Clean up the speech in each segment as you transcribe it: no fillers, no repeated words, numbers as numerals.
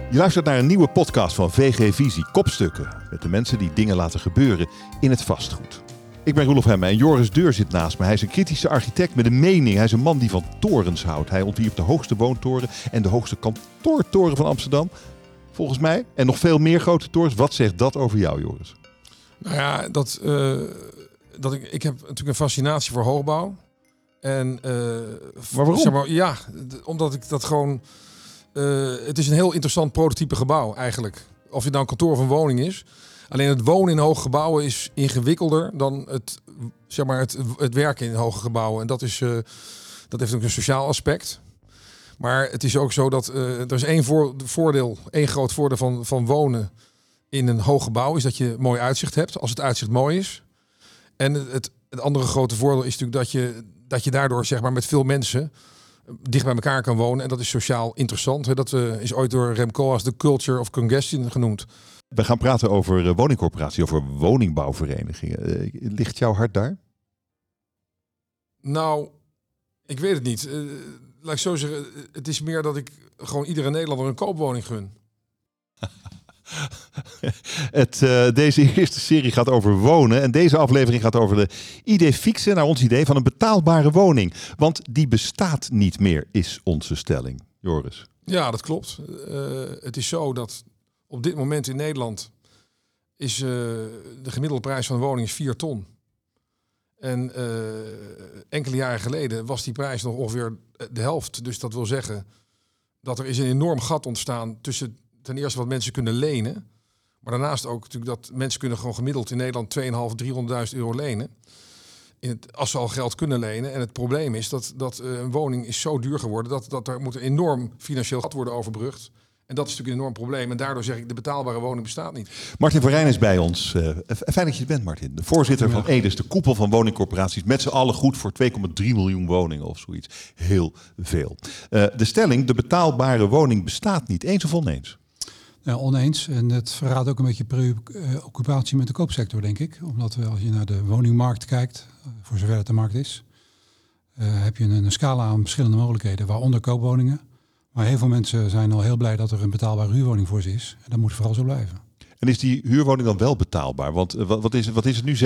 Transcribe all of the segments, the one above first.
Je luistert naar een nieuwe podcast van VG Visie, Kopstukken. Met de mensen die dingen laten gebeuren in het vastgoed. Ik ben Roelof Hemme en Joris Deur zit naast me. Hij is een kritische architect met een mening. Hij is een man die van torens houdt. Hij ontwierp de hoogste woontoren en de hoogste kantoortoren van Amsterdam. Volgens mij. En nog veel meer grote torens. Wat zegt dat over jou, Joris? Nou ja, ik heb natuurlijk een fascinatie voor hoogbouw. En, maar waarom? Zeg maar, ja, omdat ik dat gewoon... het is een heel interessant prototype gebouw eigenlijk. Of het nou een kantoor of een woning is. Alleen het wonen in hoge gebouwen is ingewikkelder dan het werken in hoge gebouwen. En dat heeft ook een sociaal aspect. Maar het is ook zo dat er is één groot voordeel van wonen in een hoog gebouw is dat je mooi uitzicht hebt, als het uitzicht mooi is. En het andere grote voordeel is natuurlijk dat je daardoor zeg maar met veel mensen dicht bij elkaar kan wonen. En dat is sociaal interessant. Hè? Dat is ooit door Rem Koolhaas de culture of congestion genoemd. We gaan praten over woningcorporatie, over woningbouwverenigingen. Ligt jouw hart daar? Nou, ik weet het niet. Laat ik zo zeggen, het is meer dat ik gewoon iedere Nederlander een koopwoning gun. Deze eerste serie gaat over wonen en deze aflevering gaat over de idee fixen naar ons idee van een betaalbare woning. Want die bestaat niet meer, is onze stelling. Joris. Ja, dat klopt. Het is zo dat op dit moment in Nederland is de gemiddelde prijs van een woning is 4 ton. En enkele jaren geleden was die prijs nog ongeveer de helft. Dus dat wil zeggen dat er is een enorm gat ontstaan tussen ten eerste wat mensen kunnen lenen. Maar daarnaast ook natuurlijk dat mensen kunnen gewoon gemiddeld in Nederland 2.500, 300.000 euro lenen. Als ze al geld kunnen lenen. En het probleem is dat een woning is zo duur geworden dat er moet een enorm financieel gat worden overbrugd. En dat is natuurlijk een enorm probleem. En daardoor zeg ik, de betaalbare woning bestaat niet. Martin van Rijn is bij ons. Fijn dat je er bent, Martin. De voorzitter van EDES, de koepel van woningcorporaties. Met z'n allen goed voor 2,3 miljoen woningen of zoiets. Heel veel. De stelling, de betaalbare woning bestaat niet. Eens of oneens? Ja, oneens. En het verraadt ook een beetje preoccupatie met de koopsector, denk ik. Omdat als je naar de woningmarkt kijkt, voor zover het de markt is, heb je een scala aan verschillende mogelijkheden, waaronder koopwoningen. Maar heel veel mensen zijn al heel blij dat er een betaalbare huurwoning voor ze is. En dat moet vooral zo blijven. En is die huurwoning dan wel betaalbaar? Want wat is het nu?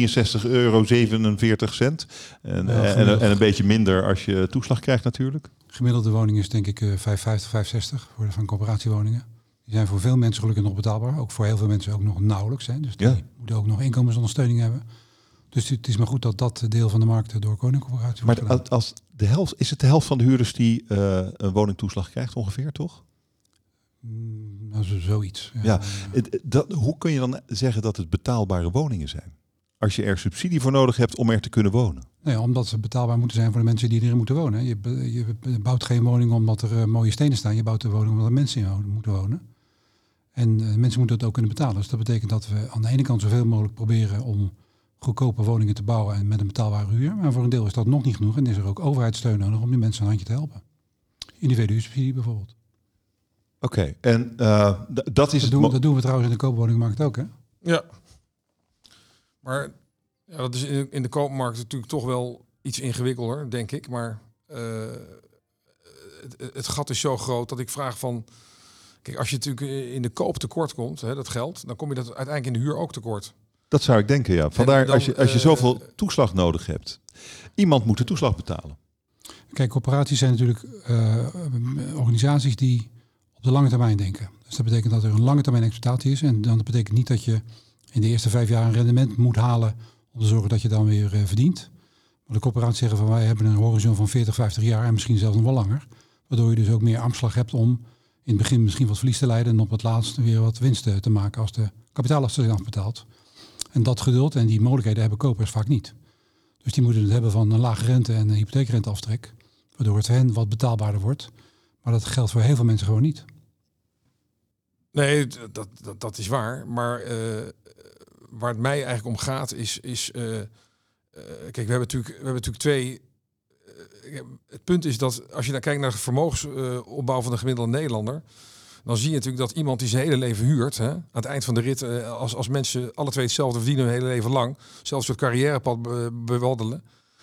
€763,47. En een beetje minder als je toeslag krijgt natuurlijk. Gemiddelde woning is denk ik 550, 560 voor van corporatiewoningen. Die zijn voor veel mensen gelukkig nog betaalbaar. Ook voor heel veel mensen ook nog nauwelijks. Hè. Dus die moeten ook nog inkomensondersteuning hebben. Dus het is maar goed dat dat deel van de markt door woningcorporaties wordt gedaan. Maar is het de helft van de huurders die een woningtoeslag krijgt ongeveer, toch? Nou, zoiets. Ja. Hoe kun je dan zeggen dat het betaalbare woningen zijn? Als je er subsidie voor nodig hebt om er te kunnen wonen. Nee, omdat ze betaalbaar moeten zijn voor de mensen die erin moeten wonen. Je bouwt geen woning omdat er mooie stenen staan. Je bouwt de woning omdat er mensen in moeten wonen. En mensen moeten het ook kunnen betalen. Dus dat betekent dat we aan de ene kant zoveel mogelijk proberen om goedkope woningen te bouwen en met een betaalbare huur. Maar voor een deel is dat nog niet genoeg. En is er ook overheidssteun nodig om die mensen een handje te helpen. Individuele bijvoorbeeld. Oké, en dat is... Dat doen we trouwens in de koopwoningmarkt ook, hè? Ja. Maar ja, dat is in de koopmarkt natuurlijk toch wel iets ingewikkelder, denk ik. Maar het gat is zo groot dat ik vraag van... Kijk, als je natuurlijk in de koop tekort komt, hè, dat geld, dan kom je dat uiteindelijk in de huur ook tekort. Dat zou ik denken, ja. Vandaar dan, als je zoveel toeslag nodig hebt. Iemand moet de toeslag betalen. Kijk, corporaties zijn natuurlijk organisaties die op de lange termijn denken. Dus dat betekent dat er een lange termijn exploitatie is. En dan dat betekent niet dat je in de eerste 5 jaar een rendement moet halen om te zorgen dat je dan weer verdient. Maar de corporaties zeggen van wij hebben een horizon van 40, 50 jaar en misschien zelfs nog wel langer. Waardoor je dus ook meer armslag hebt om in het begin misschien wat verlies te leiden en op het laatst weer wat winst te maken als de kapitaallasten zijn afbetaald. En dat geduld en die mogelijkheden hebben kopers vaak niet. Dus die moeten het hebben van een lage rente en een hypotheekrenteaftrek. Waardoor het voor hen wat betaalbaarder wordt. Maar dat geldt voor heel veel mensen gewoon niet. Nee, dat is waar. Maar waar het mij eigenlijk om gaat is kijk, we hebben natuurlijk twee... Het punt is dat als je dan kijkt naar de vermogensopbouw van de gemiddelde Nederlander, dan zie je natuurlijk dat iemand die zijn hele leven huurt, hè, aan het eind van de rit, als mensen alle twee hetzelfde verdienen hun hele leven lang, zelfs het carrièrepad bewandelen,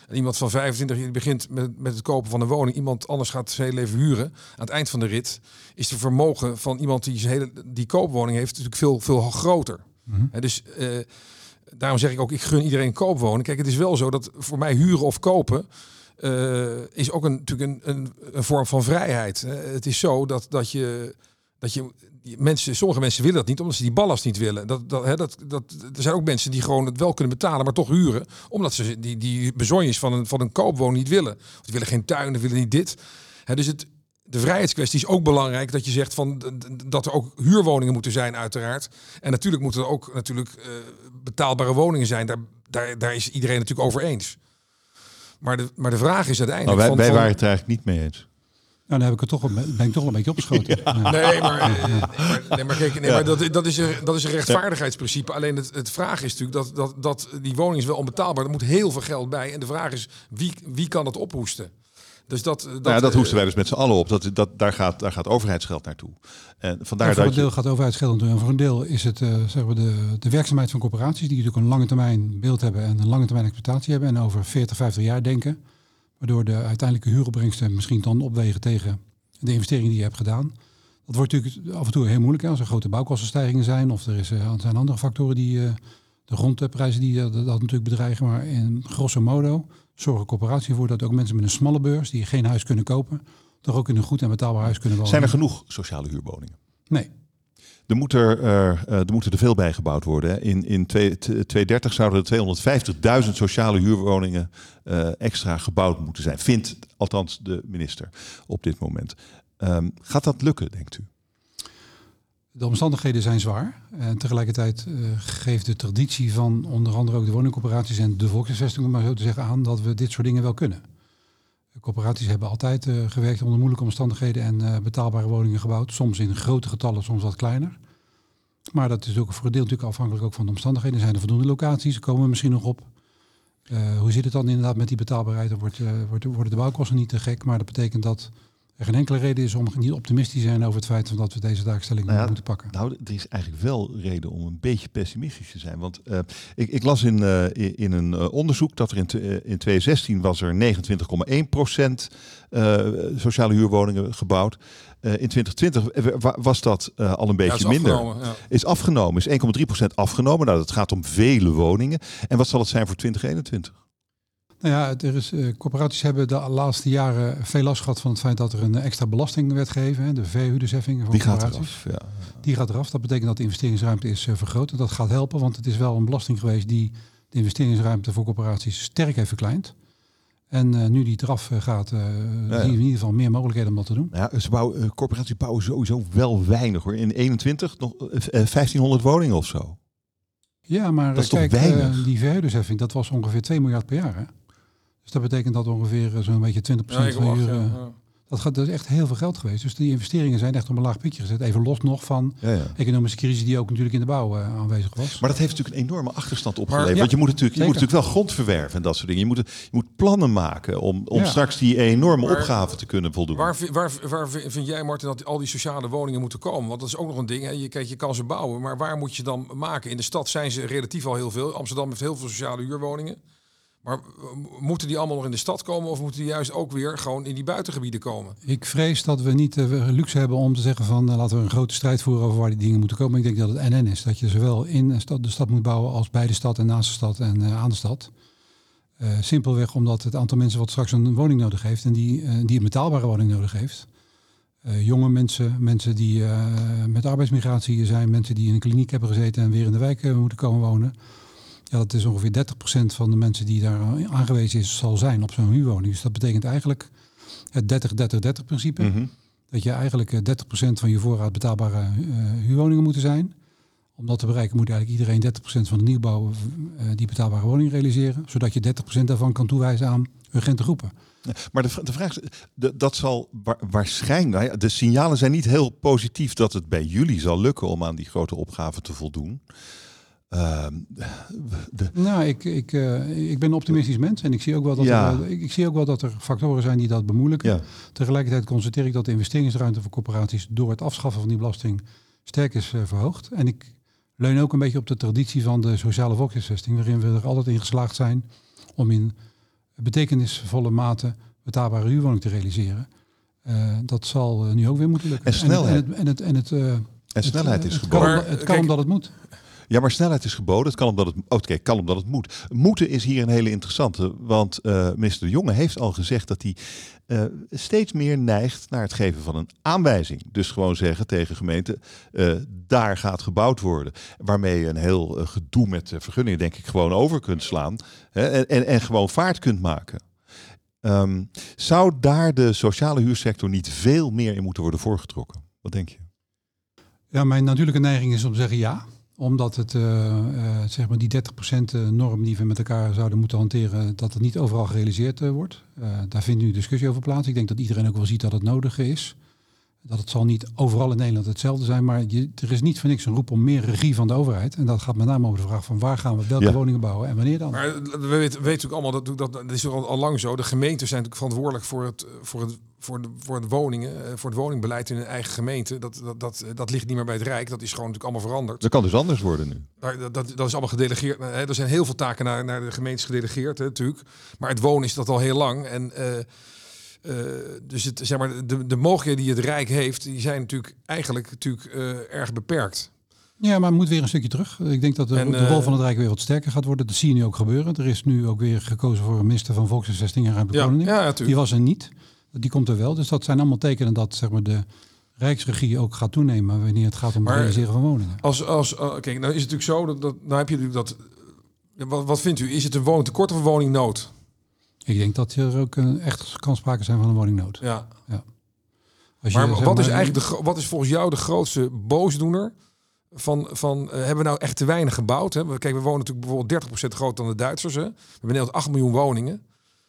En iemand van 25 die begint met het kopen van een woning. Iemand anders gaat zijn hele leven huren. Aan het eind van de rit is de vermogen van iemand die koopwoning heeft natuurlijk veel groter. Mm-hmm. Dus daarom zeg ik ook, ik gun iedereen koopwoning. Kijk, het is wel zo dat voor mij huren of kopen is ook natuurlijk een vorm van vrijheid. Het is zo dat je sommige mensen willen dat niet, omdat ze die ballast niet willen. Er zijn ook mensen die gewoon het wel kunnen betalen, maar toch huren, omdat ze die bezonjes van een koopwoning niet willen. Of die willen geen tuin, die willen niet dit. Dus de vrijheidskwestie is ook belangrijk, dat je zegt dat er ook huurwoningen moeten zijn, uiteraard. En natuurlijk moeten er ook betaalbare woningen zijn. Daar is iedereen natuurlijk over eens. Maar de vraag is uiteindelijk... Nou, wij waren het er eigenlijk niet mee eens. Nou, dan ben ik toch wel een beetje opgeschoten. Ja. Maar dat is een rechtvaardigheidsprincipe. Alleen het vraag is natuurlijk dat die woning is wel onbetaalbaar. Er moet heel veel geld bij. En de vraag is, wie kan dat ophoesten? Dus dat hoesten wij dus met z'n allen op. Daar gaat overheidsgeld naartoe. En vandaar voor een deel gaat overheidsgeld naartoe. En voor een deel is het de werkzaamheid van corporaties, die natuurlijk een lange termijn beeld hebben en een lange termijn exploitatie hebben en over 40, 50 jaar denken. Waardoor de uiteindelijke huuropbrengsten misschien dan opwegen tegen de investeringen die je hebt gedaan. Dat wordt natuurlijk af en toe heel moeilijk als er grote bouwkostenstijgingen zijn. Of er zijn andere factoren die de grondprijzen die dat natuurlijk bedreigen. Maar in grosso modo zorgen corporaties ervoor dat ook mensen met een smalle beurs, die geen huis kunnen kopen, toch ook in een goed en betaalbaar huis kunnen wonen. Zijn er genoeg sociale huurwoningen? Nee. Er moeten er veel bij gebouwd worden. Hè. In 2030 zouden er 250.000 sociale huurwoningen extra gebouwd moeten zijn. Vindt althans de minister op dit moment. Gaat dat lukken, denkt u? De omstandigheden zijn zwaar. En tegelijkertijd geeft de traditie van onder andere ook de woningcorporaties en de volkshuisvesting, om maar zo te zeggen, aan dat we dit soort dingen wel kunnen. De corporaties hebben altijd gewerkt onder moeilijke omstandigheden en betaalbare woningen gebouwd. Soms in grote getallen, soms wat kleiner. Maar dat is ook voor een deel natuurlijk afhankelijk ook van de omstandigheden. Zijn er voldoende locaties? Daar komen we misschien nog op. Hoe zit het dan inderdaad met die betaalbaarheid? Dan worden de bouwkosten niet te gek. Maar dat betekent dat er geen enkele reden is om niet optimistisch te zijn over het feit dat we deze taakstelling moeten pakken. Nou, er is eigenlijk wel reden om een beetje pessimistisch te zijn. Want ik las in een onderzoek dat er in 2016 was er 29,1% sociale huurwoningen gebouwd. In 2020 was dat al een beetje minder. Ja. Is afgenomen, is 1,3% afgenomen. Nou, dat gaat om vele woningen. En wat zal het zijn voor 2021? Nou ja, corporaties hebben de laatste jaren veel last gehad van het feit dat er een extra belasting werd gegeven. Hè, de verhuurdersheffing van corporaties. Die gaat eraf, ja. Die gaat eraf. Dat betekent dat de investeringsruimte is vergroot. Dat gaat helpen, want het is wel een belasting geweest die de investeringsruimte voor corporaties sterk heeft verkleind. En nu die eraf gaat, zien we in ieder geval meer mogelijkheden om dat te doen. Ja, corporaties bouwen sowieso wel weinig hoor. In 21 nog 1500 woningen of zo. Ja, maar dat is toch weinig? Die verhuurdersheffing, dat was ongeveer 2 miljard per jaar. Hè? Dus dat betekent dat ongeveer zo'n beetje 20% van huur... Dat is echt heel veel geld geweest. Dus die investeringen zijn echt op een laag pitje gezet. Even los nog van economische crisis die ook natuurlijk in de bouw aanwezig was. Maar dat heeft natuurlijk een enorme achterstand opgeleverd. Want je moet natuurlijk wel grond verwerven en dat soort dingen. Je moet plannen maken om straks die enorme opgave te kunnen voldoen. Waar vind jij, Martin, dat al die sociale woningen moeten komen? Want dat is ook nog een ding. Hè? Je kan ze bouwen, maar waar moet je dan maken? In de stad zijn ze relatief al heel veel. Amsterdam heeft heel veel sociale huurwoningen. Maar moeten die allemaal nog in de stad komen of moeten die juist ook weer gewoon in die buitengebieden komen? Ik vrees dat we niet de luxe hebben om te zeggen van laten we een grote strijd voeren over waar die dingen moeten komen. Ik denk dat het NN is. Dat je zowel in de stad moet bouwen als bij de stad en naast de stad en aan de stad. Simpelweg omdat het aantal mensen wat straks een woning nodig heeft en die een betaalbare woning nodig heeft. Jonge mensen die met arbeidsmigratie zijn, mensen die in een kliniek hebben gezeten en weer in de wijk moeten komen wonen. Ja, dat is ongeveer 30% van de mensen die daar aangewezen zal zijn op zo'n huurwoning. Dus dat betekent eigenlijk het 30-30-30 principe. Mm-hmm. Dat je eigenlijk 30% van je voorraad betaalbare huurwoningen moeten zijn. Om dat te bereiken moet eigenlijk iedereen 30% van de nieuwbouw die betaalbare woning realiseren. Zodat je 30% daarvan kan toewijzen aan urgente groepen. Maar de vraag is, dat zal waarschijnlijk... De signalen zijn niet heel positief dat het bij jullie zal lukken om aan die grote opgave te voldoen. Nou, ik ben een optimistisch mens en ik zie ook wel dat er factoren zijn die dat bemoeilijken. Ja. Tegelijkertijd constateer ik dat de investeringsruimte voor corporaties door het afschaffen van die belasting sterk is verhoogd. En ik leun ook een beetje op de traditie van de sociale volkshuisvesting, waarin we er altijd in geslaagd zijn om in betekenisvolle mate betaalbare huurwoning te realiseren. Dat zal nu ook weer moeten lukken. En snelheid. En snelheid is geboden. Het kan omdat het moet. Ja, maar snelheid is geboden. Het kan omdat het moet. Moeten is hier een hele interessante. Want minister De Jonge heeft al gezegd dat hij steeds meer neigt naar het geven van een aanwijzing. Dus gewoon zeggen tegen gemeenten, daar gaat gebouwd worden. Waarmee je een heel gedoe met vergunningen denk ik gewoon over kunt slaan. Hè, en gewoon vaart kunt maken. Zou daar de sociale huursector niet veel meer in moeten worden voorgetrokken? Wat denk je? Ja, mijn natuurlijke neiging is om te zeggen ja. Omdat het, zeg maar die 30% norm die we met elkaar zouden moeten hanteren, dat het niet overal gerealiseerd wordt. Daar vindt nu discussie over plaats. Ik denk dat iedereen ook wel ziet dat het nodig is. Dat het zal niet overal in Nederland hetzelfde zijn, maar er is niet voor niks een roep om meer regie van de overheid. En dat gaat met name over de vraag van waar gaan we welke woningen bouwen en wanneer dan. Maar we weten natuurlijk allemaal, dat is al lang zo. De gemeenten zijn natuurlijk verantwoordelijk voor het woningen, voor het woningbeleid in hun eigen gemeente. Dat ligt niet meer bij het Rijk. Dat is gewoon natuurlijk allemaal veranderd. Dat kan dus anders worden nu. Dat is allemaal gedelegeerd. Er zijn heel veel taken naar de gemeentes gedelegeerd, natuurlijk. Maar het wonen is dat al heel lang. En dus zeg maar, de mogelijkheden die het Rijk heeft, die zijn natuurlijk erg beperkt. Ja, maar het moet weer een stukje terug. Ik denk dat de rol van het Rijk weer wat sterker gaat worden. Dat zie je nu ook gebeuren. Er is nu ook weer gekozen voor een minister van Volkshuisvesting en Ruimtelijke Ordening. Ja, die was er niet. Die komt er wel. Dus dat zijn allemaal tekenen dat zeg maar, de Rijksregie ook gaat toenemen wanneer het gaat om het realiseren van woningen. Kijk, nou is het natuurlijk zo dat nou heb je natuurlijk dat. Wat vindt u? Is het een woningtekort of een woningnood? Ik denk dat er ook echt kan sprake zijn van een woningnood. Ja. Maar wat is volgens jou de grootste boosdoener? Hebben we nou echt te weinig gebouwd? Hè? Kijk, we wonen natuurlijk bijvoorbeeld 30% groter dan de Duitsers. Hè? We hebben Nederland 8 miljoen woningen.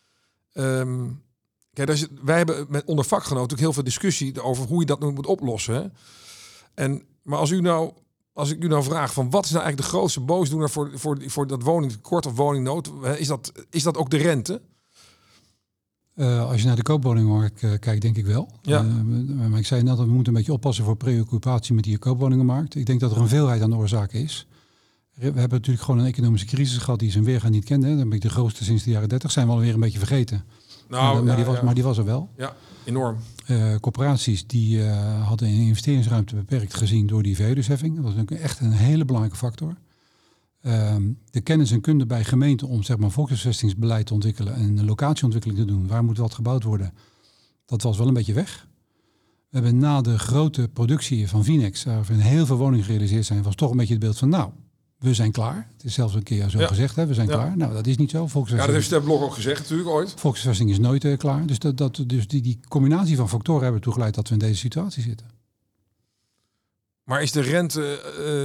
Kijk, wij hebben onder vakgenoten natuurlijk heel veel discussie over hoe je dat nu moet oplossen. Hè? Maar als ik u nou vraag van wat is nou eigenlijk de grootste boosdoener voor dat woningtekort of woningnood, is dat ook de rente? Als je naar de koopwoningmarkt kijkt, denk ik wel. Ja. Maar ik zei net dat we moeten een beetje oppassen voor preoccupatie met die koopwoningenmarkt. Ik denk dat er een veelheid aan de oorzaken is. We hebben natuurlijk gewoon een economische crisis gehad die zijn weergaan niet kende. Dan ben ik de grootste sinds de jaren 30. Zijn we alweer een beetje vergeten. Maar die was er wel. Ja, enorm. Corporaties die hadden een investeringsruimte beperkt gezien door die verhuurdersheffing. Dat was ook echt een hele belangrijke factor. De kennis en kunde bij gemeenten om zeg maar volkshuisvestingsbeleid te ontwikkelen en een locatieontwikkeling te doen. Waar moet wat gebouwd worden? Dat was wel een beetje weg. We hebben na de grote productie van Vinex, waar heel veel woningen gerealiseerd zijn, was toch een beetje het beeld van we zijn klaar. Het is zelfs een keer zo gezegd, hè? We zijn klaar. Nou, dat is niet zo. Dat heeft Stef-Blok ook gezegd natuurlijk ooit. Volkshuisvesting is nooit klaar. Dus die combinatie van factoren hebben ertoe geleid dat we in deze situatie zitten. Maar is de rente,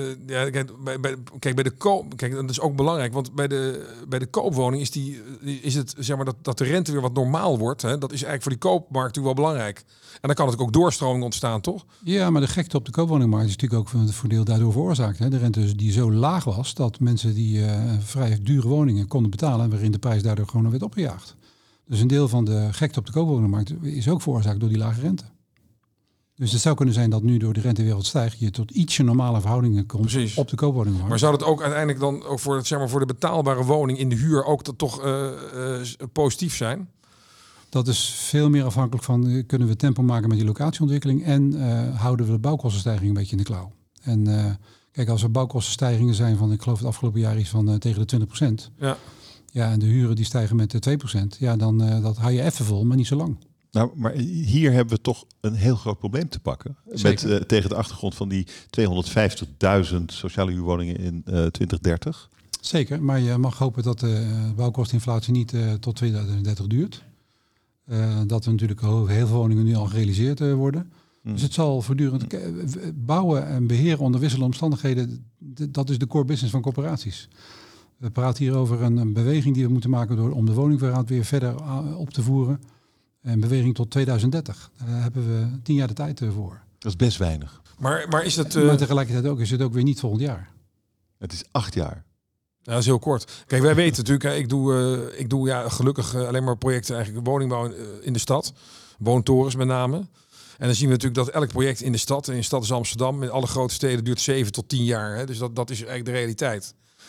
kijk, dat is ook belangrijk, want bij de koopwoning is het zeg maar dat de rente weer wat normaal wordt. Hè? Dat is eigenlijk voor die koopmarkt natuurlijk wel belangrijk. En dan kan het ook doorstroming ontstaan, toch? Ja, maar de gekte op de koopwoningmarkt is natuurlijk ook voor deel daardoor veroorzaakt. Hè? De rente die zo laag was dat mensen die vrij dure woningen konden betalen en waarin de prijs daardoor gewoon werd opgejaagd. Dus een deel van de gekte op de koopwoningmarkt is ook veroorzaakt door die lage rente. Dus het zou kunnen zijn dat nu door de rentewereld stijgt je tot ietsje normale verhoudingen komt. Precies. Op de koopwoningmarkt. Maar zou dat ook uiteindelijk dan ook voor de betaalbare woning in de huur ook toch positief zijn? Dat is veel meer afhankelijk van kunnen we tempo maken met die locatieontwikkeling en houden we de bouwkostenstijging een beetje in de klauw. En kijk, als er bouwkostenstijgingen zijn van, ik geloof het afgelopen jaar iets van tegen de 20%. Ja. Ja, en de huren die stijgen met 2%. Ja, dan dat hou je even vol, maar niet zo lang. Nou, maar hier hebben we toch een heel groot probleem te pakken. Met, tegen de achtergrond van die 250.000 sociale huurwoningen in 2030. Zeker, maar je mag hopen dat de bouwkosteninflatie niet tot 2030 duurt. Dat er natuurlijk heel veel woningen nu al gerealiseerd worden. Dus het zal voortdurend bouwen en beheren onder wisselende omstandigheden. Dat is de core business van corporaties. We praten hier over een beweging die we moeten maken om de woningvoorraad weer verder op te voeren. Een beweging tot 2030. Daar hebben we 10 jaar de tijd voor. Dat is best weinig. Maar is het... Maar tegelijkertijd is het ook weer niet volgend jaar. Het is 8 jaar. Ja, dat is heel kort. Kijk, wij weten natuurlijk, ik doe gelukkig alleen maar projecten eigenlijk woningbouw in de stad. Woontorens met name. En dan zien we natuurlijk dat elk project in de stad, en in de stad is Amsterdam, met alle grote steden duurt 7 tot 10 jaar. Hè? Dus dat is eigenlijk de realiteit.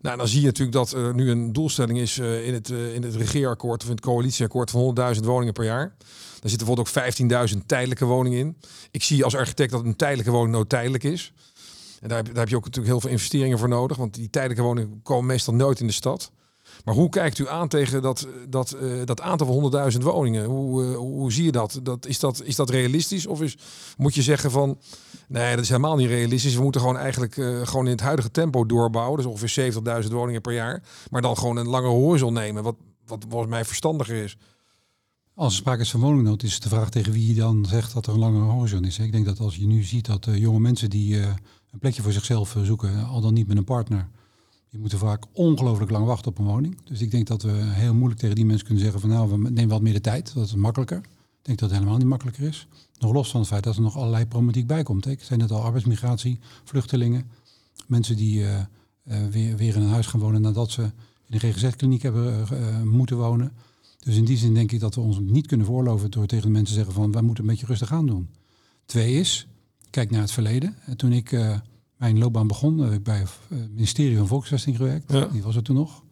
Nou, dan zie je natuurlijk dat er nu een doelstelling is in het regeerakkoord of in het coalitieakkoord van 100.000 woningen per jaar. Daar zitten bijvoorbeeld ook 15.000 tijdelijke woningen in. Ik zie als architect dat een tijdelijke woning nooit tijdelijk is. En daar heb je ook natuurlijk heel veel investeringen voor nodig, want die tijdelijke woningen komen meestal nooit in de stad. Maar hoe kijkt u aan tegen dat aantal van 100.000 woningen? Hoe zie je dat? Is dat realistisch? Of moet je zeggen van, nee, dat is helemaal niet realistisch. We moeten gewoon eigenlijk gewoon in het huidige tempo doorbouwen. Dus ongeveer 70.000 woningen per jaar. Maar dan gewoon een langere horizon nemen, wat volgens mij verstandiger is. Als er sprake is van woningnood, is de vraag tegen wie je dan zegt dat er een langere horizon is. Ik denk dat als je nu ziet dat jonge mensen die een plekje voor zichzelf zoeken, al dan niet met een partner, die moeten vaak ongelooflijk lang wachten op een woning. Dus ik denk dat we heel moeilijk tegen die mensen kunnen zeggen van nou, we nemen wat meer de tijd. Dat is makkelijker. Ik denk dat het helemaal niet makkelijker is. Nog los van het feit dat er nog allerlei problematiek bij komt. Ik zei net al, arbeidsmigratie, vluchtelingen, mensen die weer in een huis gaan wonen nadat ze in een GGZ-kliniek hebben moeten wonen. Dus in die zin denk ik dat we ons niet kunnen veroorloven door tegen de mensen te zeggen van wij moeten een beetje rustig aan doen. 2 is, kijk naar het verleden. Toen ik mijn loopbaan begon, heb ik bij het ministerie van Volksvesting gewerkt. Ja. Die was er toen nog.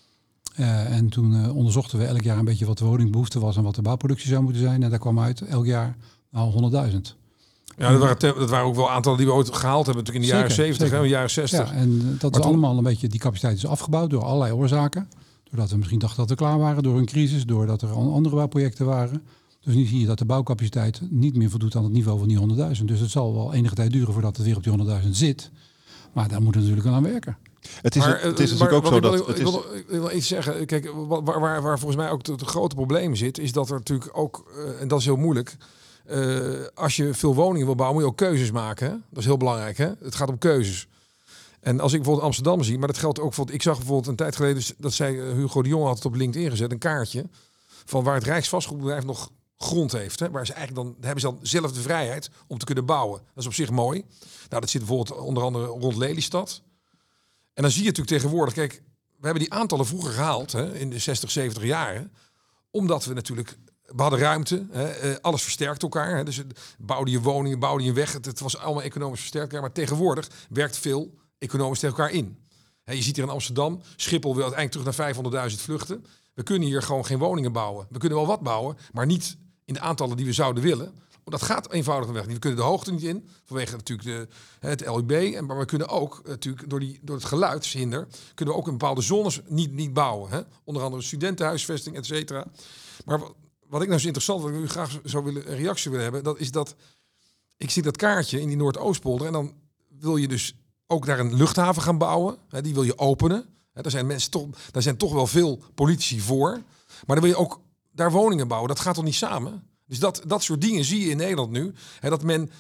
En toen onderzochten we elk jaar een beetje wat de woningbehoefte was en wat de bouwproductie zou moeten zijn. En daar kwam uit elk jaar 100.000. Ja, dat waren ook wel aantallen die we ooit gehaald hebben natuurlijk in de jaren 70 en de jaren 60. Ja, en dat is allemaal een beetje, die capaciteit is afgebouwd door allerlei oorzaken. Doordat we misschien dachten dat we klaar waren door een crisis, doordat er andere bouwprojecten waren. Dus nu zie je dat de bouwcapaciteit niet meer voldoet aan het niveau van die 100.000. Dus het zal wel enige tijd duren voordat het weer op die 100.000 zit. Maar daar moeten we natuurlijk aan werken. Het is natuurlijk ook zo dat... Ik wil iets zeggen. Kijk, waar volgens mij ook het grote probleem zit, is dat er natuurlijk ook, en dat is heel moeilijk, als je veel woningen wil bouwen, moet je ook keuzes maken. Hè? Dat is heel belangrijk. Hè? Het gaat om keuzes. En als ik bijvoorbeeld Amsterdam zie, maar dat geldt ook voor... Ik zag bijvoorbeeld een tijd geleden, dat zei Hugo de Jong had het op LinkedIn gezet, een kaartje van waar het Rijksvastgoedbedrijf nog grond heeft. Hè, waar ze eigenlijk dan hebben ze dan zelf de vrijheid om te kunnen bouwen. Dat is op zich mooi. Nou, dat zit bijvoorbeeld onder andere rond Lelystad. En dan zie je natuurlijk tegenwoordig, kijk, we hebben die aantallen vroeger gehaald, hè, in de 60, 70 jaren, omdat we natuurlijk, we hadden ruimte, hè, alles versterkt elkaar. Hè, dus bouwde je woningen, bouwde je weg. Het was allemaal economisch versterkt. Maar tegenwoordig werkt veel economisch tegen elkaar in. Hè, je ziet hier in Amsterdam, Schiphol wil uiteindelijk terug naar 500.000 vluchten. We kunnen hier gewoon geen woningen bouwen. We kunnen wel wat bouwen, maar niet in de aantallen die we zouden willen. Dat gaat eenvoudigweg niet. We kunnen de hoogte niet in, vanwege natuurlijk het LUB. Maar we kunnen ook natuurlijk door het geluidshinder, kunnen we ook in bepaalde zones niet bouwen. Hè? Onder andere studentenhuisvesting, et cetera. Maar wat ik nou zo interessant, wat ik u graag een reactie willen hebben, dat is dat ik zie dat kaartje in die Noordoostpolder en dan wil je dus ook daar een luchthaven gaan bouwen. Hè? Die wil je openen. Hè? Daar zijn toch wel veel politici voor. Maar dan wil je ook daar woningen bouwen. Dat gaat toch niet samen? Dus dat soort dingen zie je in Nederland nu. Hè, dat men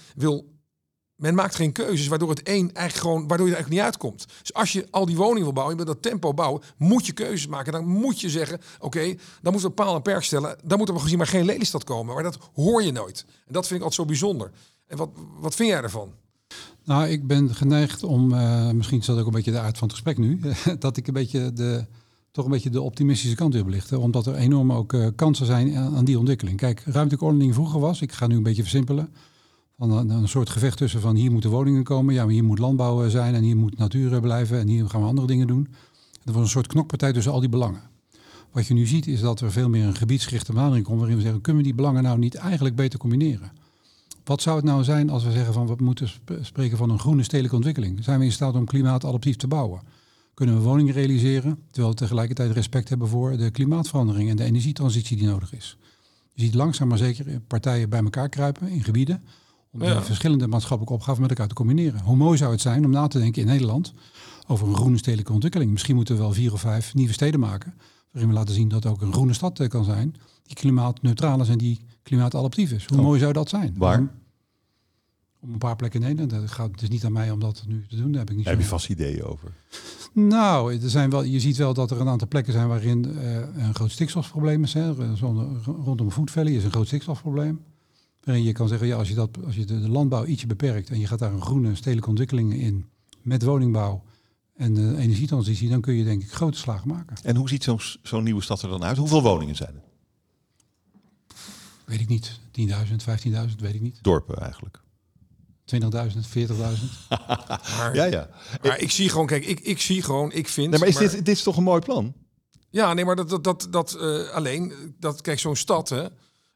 maakt geen keuzes waardoor je er eigenlijk niet uitkomt. Dus als je al die woningen wil bouwen, je wil dat tempo bouwen, moet je keuzes maken. Dan moet je zeggen, oké, dan moeten we paal en perk stellen. Dan moet er gezien maar geen Lelystad komen. Maar dat hoor je nooit. En dat vind ik altijd zo bijzonder. En wat vind jij ervan? Nou, ik ben geneigd om, misschien is dat ook een beetje de aard van het gesprek nu, dat ik toch een beetje de optimistische kant wil belichten. Omdat er enorm ook kansen zijn aan die ontwikkeling. Kijk, ruimtelijke ordening vroeger was, ik ga nu een beetje versimpelen, van een soort gevecht tussen van hier moeten woningen komen, ja, maar hier moet landbouw zijn en hier moet natuur blijven en hier gaan we andere dingen doen. Er was een soort knokpartij tussen al die belangen. Wat je nu ziet is dat er veel meer een gebiedsgerichte benadering komt, waarin we zeggen, kunnen we die belangen nou niet eigenlijk beter combineren? Wat zou het nou zijn als we zeggen van we moeten spreken van een groene stedelijke ontwikkeling? Zijn we in staat om klimaatadaptief te bouwen? Kunnen we woningen realiseren, terwijl we tegelijkertijd respect hebben voor de klimaatverandering en de energietransitie die nodig is? Je ziet langzaam maar zeker partijen bij elkaar kruipen in gebieden om de verschillende maatschappelijke opgaven met elkaar te combineren. Hoe mooi zou het zijn om na te denken in Nederland over een groene stedelijke ontwikkeling? Misschien moeten we wel 4 of 5 nieuwe steden maken, waarin we laten zien dat ook een groene stad kan zijn, die klimaatneutraal is en die klimaatadaptief is. Hoe mooi zou dat zijn? Waar? Op een paar plekken in Nederland. Het is niet aan mij om dat nu te doen. Daar heb ik niet. Daar heb je vast ideeën over. Nou, je ziet wel dat er een aantal plekken zijn waarin een groot stikstofprobleem is. Hè. Rondom Food Valley is een groot stikstofprobleem. Waarin je kan zeggen, ja, als je de landbouw ietsje beperkt en je gaat daar een groene stedelijke ontwikkeling in met woningbouw en de energietransitie, dan kun je denk ik grote slagen maken. En hoe ziet zo'n nieuwe stad er dan uit? Hoeveel woningen zijn er? Weet ik niet. 10.000, 15.000, weet ik niet. Dorpen eigenlijk. 20.000, 40.000. Maar ik zie gewoon, kijk, ik vind... Nee, maar dit is toch een mooi plan? Ja, nee, maar alleen, kijk, zo'n stad, hè,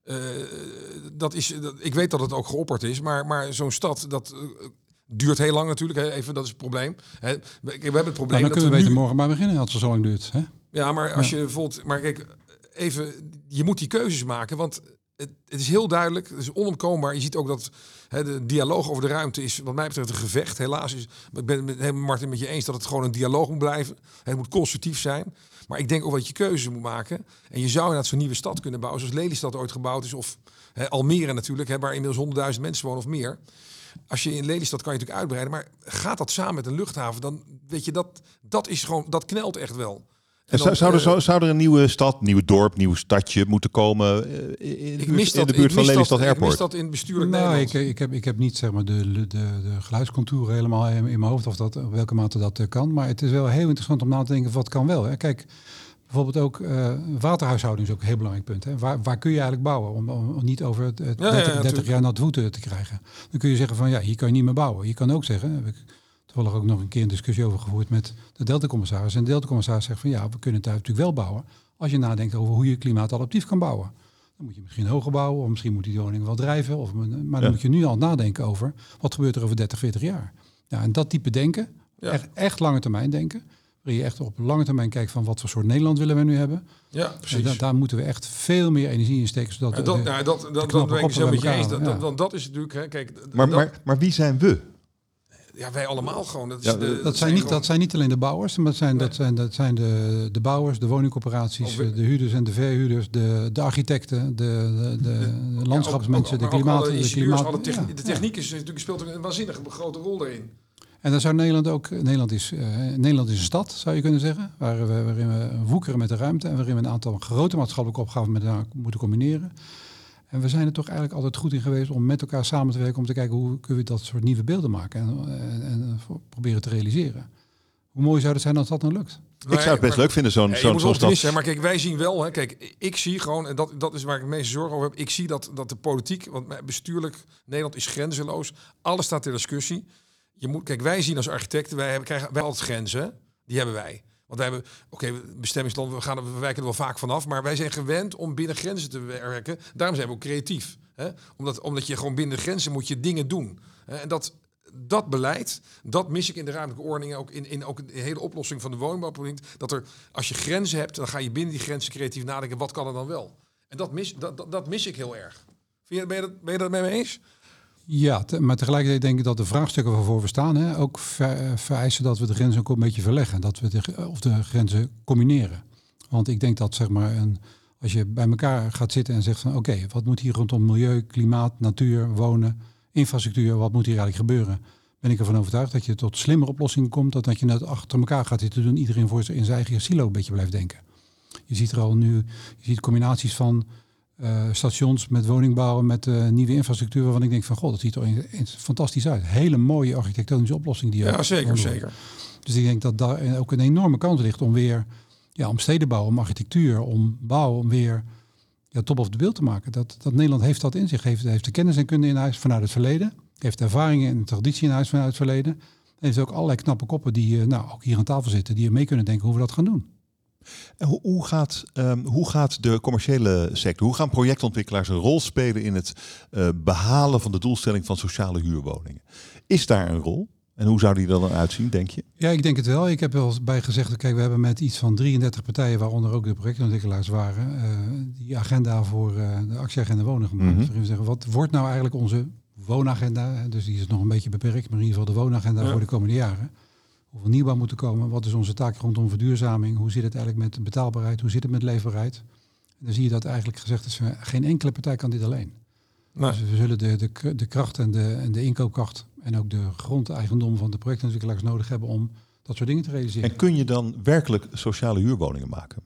ik weet dat het ook geopperd is, maar zo'n stad, dat duurt heel lang natuurlijk. Hè, even, dat is het probleem. Hè. We hebben het probleem. Dan kunnen we beter nu... morgen maar beginnen als het zo lang duurt. Hè? Ja, maar als je bijvoorbeeld, maar kijk, even, je moet die keuzes maken, want het is heel duidelijk, het is onontkoombaar. Je ziet ook dat de dialoog over de ruimte is, wat mij betreft, een gevecht. Helaas ik ben het helemaal, Martin, met je eens dat het gewoon een dialoog moet blijven. Het moet constructief zijn. Maar ik denk ook dat je keuzes moet maken. En je zou inderdaad zo'n nieuwe stad kunnen bouwen, zoals Lelystad ooit gebouwd is, of Almere natuurlijk, waar inmiddels 100.000 mensen wonen of meer. Als je in Lelystad kan je natuurlijk uitbreiden, maar gaat dat samen met een luchthaven, dan weet je dat is gewoon, dat knelt echt wel. Zou er een nieuwe stad, nieuw dorp, nieuw stadje moeten komen in de buurt van Lelystad Airport? Ik mis dat in bestuurlijk Nederland. Ik heb niet zeg maar de geluidscontouren helemaal in mijn hoofd of dat op welke mate dat kan. Maar het is wel heel interessant om na te denken wat kan wel. Hè. Kijk, bijvoorbeeld ook waterhuishouding is ook een heel belangrijk punt. Hè. Waar kun je eigenlijk bouwen om niet over het 30 jaar natte voeten te krijgen? Dan kun je zeggen van hier kan je niet meer bouwen. Je kan ook zeggen, heb ik toevallig ook nog een keer een discussie over gevoerd met de Delta-commissaris. En de Delta-commissaris zegt van we kunnen het daar natuurlijk wel bouwen als je nadenkt over hoe je klimaatadaptief kan bouwen. Dan moet je misschien hoger bouwen of misschien moet die woning wel drijven. Maar dan moet je nu al nadenken over wat gebeurt er over 30, 40 jaar. Ja, en dat type denken, echt lange termijn denken, waar je echt op lange termijn kijkt van wat voor soort Nederland willen we nu hebben. Ja, precies. Daar moeten we echt veel meer energie in steken. Zodat dat ben ik zo met je eens. Want dat is natuurlijk... Hè, kijk, maar wie zijn we? Ja, wij allemaal gewoon. Dat zijn niet alleen de bouwers, maar dat zijn de bouwers, de woningcorporaties, de huurders en de verhuurders, de architecten, de landschapsmensen, de klimaat. De techniek speelt een waanzinnig grote rol daarin. En dan zou Nederland ook... Nederland is een stad, zou je kunnen zeggen, waarin we woekeren met de ruimte en waarin we een aantal grote maatschappelijke opgaven met elkaar moeten combineren. En we zijn er toch eigenlijk altijd goed in geweest om met elkaar samen te werken, om te kijken hoe kunnen we dat soort nieuwe beelden maken en proberen te realiseren. Hoe mooi zou het zijn als dat nou lukt? Ik zou het best leuk vinden, zo'n stad. Maar kijk, wij zien wel, kijk, ik zie gewoon, en dat is waar ik het meeste zorgen over heb, ik zie dat de politiek, want bestuurlijk, Nederland is grenzeloos, alles staat ter discussie. Kijk, wij zien als architecten, wij hebben altijd grenzen, die hebben wij. Want wij hebben, bestemmingsland, we wijken er wel vaak vanaf, maar wij zijn gewend om binnen grenzen te werken. Daarom zijn we ook creatief. Hè? Omdat je gewoon binnen de grenzen moet je dingen doen. En dat beleid, dat mis ik in de ruimtelijke ordening, ook in de hele oplossing van de woningbouwproject. Dat er, als je grenzen hebt, dan ga je binnen die grenzen creatief nadenken, wat kan er dan wel? En dat mis ik heel erg. Ben je dat met me eens? Ja, maar tegelijkertijd denk ik dat de vraagstukken waarvoor we staan ook vereisen dat we de grenzen ook een beetje verleggen. Dat we de grenzen combineren. Want ik denk dat als je bij elkaar gaat zitten en zegt van oké, wat moet hier rondom milieu, klimaat, natuur, wonen, infrastructuur, wat moet hier eigenlijk gebeuren? Ben ik ervan overtuigd dat je tot slimmere oplossingen komt dan dat je net achter elkaar gaat zitten doen. Iedereen in zijn eigen silo een beetje blijft denken. Je ziet er al nu, je ziet combinaties van stations met woningbouwen, met nieuwe infrastructuur, waarvan ik denk van dat ziet er fantastisch uit. Hele mooie architectonische oplossing die zeker. Dus ik denk dat daar ook een enorme kans ligt om weer om stedenbouw, om architectuur, om bouw, om weer top of the bill te maken. Dat Nederland heeft dat in zich, heeft de kennis en kunde in huis vanuit het verleden, heeft ervaringen en traditie in huis vanuit het verleden. En heeft ook allerlei knappe koppen die ook hier aan tafel zitten, die mee kunnen denken hoe we dat gaan doen. En hoe gaat de commerciële sector, hoe gaan projectontwikkelaars een rol spelen in het behalen van de doelstelling van sociale huurwoningen? Is daar een rol? En hoe zou die er dan uitzien, denk je? Ja, ik denk het wel. Ik heb wel bij gezegd, kijk, we hebben met iets van 33 partijen, waaronder ook de projectontwikkelaars waren, die agenda voor de actieagenda wonen gemaakt. Mm-hmm. We zeggen, wat wordt nou eigenlijk onze woonagenda? Dus die is nog een beetje beperkt, maar in ieder geval de woonagenda voor de komende jaren. Hoeveel nieuwbouw moet er komen? Wat is onze taak rondom verduurzaming? Hoe zit het eigenlijk met betaalbaarheid? Hoe zit het met leefbaarheid? En dan zie je dat eigenlijk gezegd is, geen enkele partij kan dit alleen. Nee. Dus we zullen de kracht en de inkoopkracht en ook de grondeigendom van de projectontwikkelaars nodig hebben om dat soort dingen te realiseren. En kun je dan werkelijk sociale huurwoningen maken?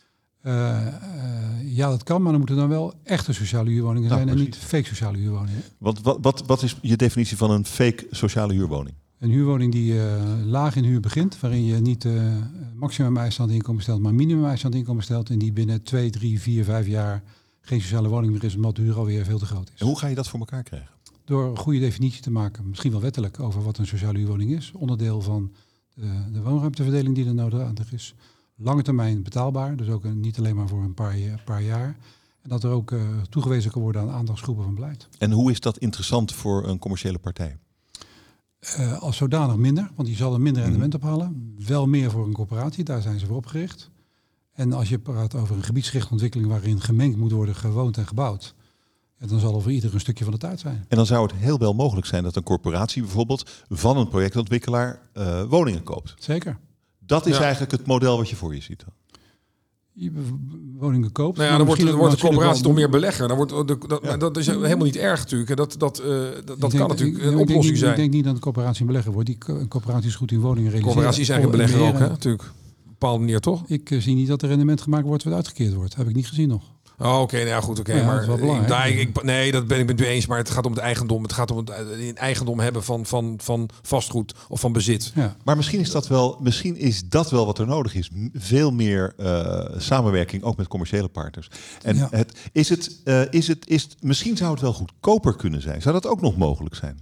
Ja, dat kan, maar dan moeten dan wel echte sociale huurwoningen zijn en niet fake sociale huurwoningen. Wat is je definitie van een fake sociale huurwoning? Een huurwoning die laag in huur begint, waarin je niet maximum eisen aan het inkomen stelt, maar minimum eisen aan het inkomen stelt en die binnen 2, 3, 4, 5 jaar geen sociale woning meer is, omdat de huur alweer veel te groot is. En hoe ga je dat voor elkaar krijgen? door een goede definitie te maken, misschien wel wettelijk, over wat een sociale huurwoning is. Onderdeel van de woonruimteverdeling die er nodig is. Lange termijn betaalbaar, dus ook niet alleen maar voor een paar jaar. En dat er ook toegewezen kan worden aan aandachtsgroepen van beleid. En hoe is dat interessant voor een commerciële partij? Als zodanig minder, want die zal er minder rendement ophalen. Wel meer voor een corporatie, daar zijn ze voor opgericht. En als je praat over een gebiedsgerichte ontwikkeling waarin gemengd moet worden gewoond en gebouwd, dan zal er voor ieder een stukje van de tijd zijn. En dan zou het heel wel mogelijk zijn dat een corporatie bijvoorbeeld van een projectontwikkelaar woningen koopt. Zeker. Dat is eigenlijk het model wat je voor je ziet. Je woningen koopt. Nou ja, dan wordt de corporatie toch meer belegger. Dan wordt dat is helemaal niet erg natuurlijk. Dat kan natuurlijk een oplossing zijn. Ik denk niet dat een corporatie een belegger wordt. Die corporatie is goed in woningen realiseren. Corporatie is eigenlijk een belegger ook, hè? Natuurlijk. Op een bepaalde manier, toch? Ik zie niet dat er rendement gemaakt wordt wat uitgekeerd wordt. Heb ik niet gezien nog. Oh, oké, nou ja, goed, oké. Ja, Maar dat is wel belangrijk. nee, dat ben ik met u eens. Maar het gaat om het eigendom. Het gaat om het eigendom hebben van vastgoed of van bezit. Ja. Maar misschien is dat wel wat er nodig is. Veel meer samenwerking, ook met commerciële partners. En misschien zou het wel goedkoper kunnen zijn. Zou dat ook nog mogelijk zijn?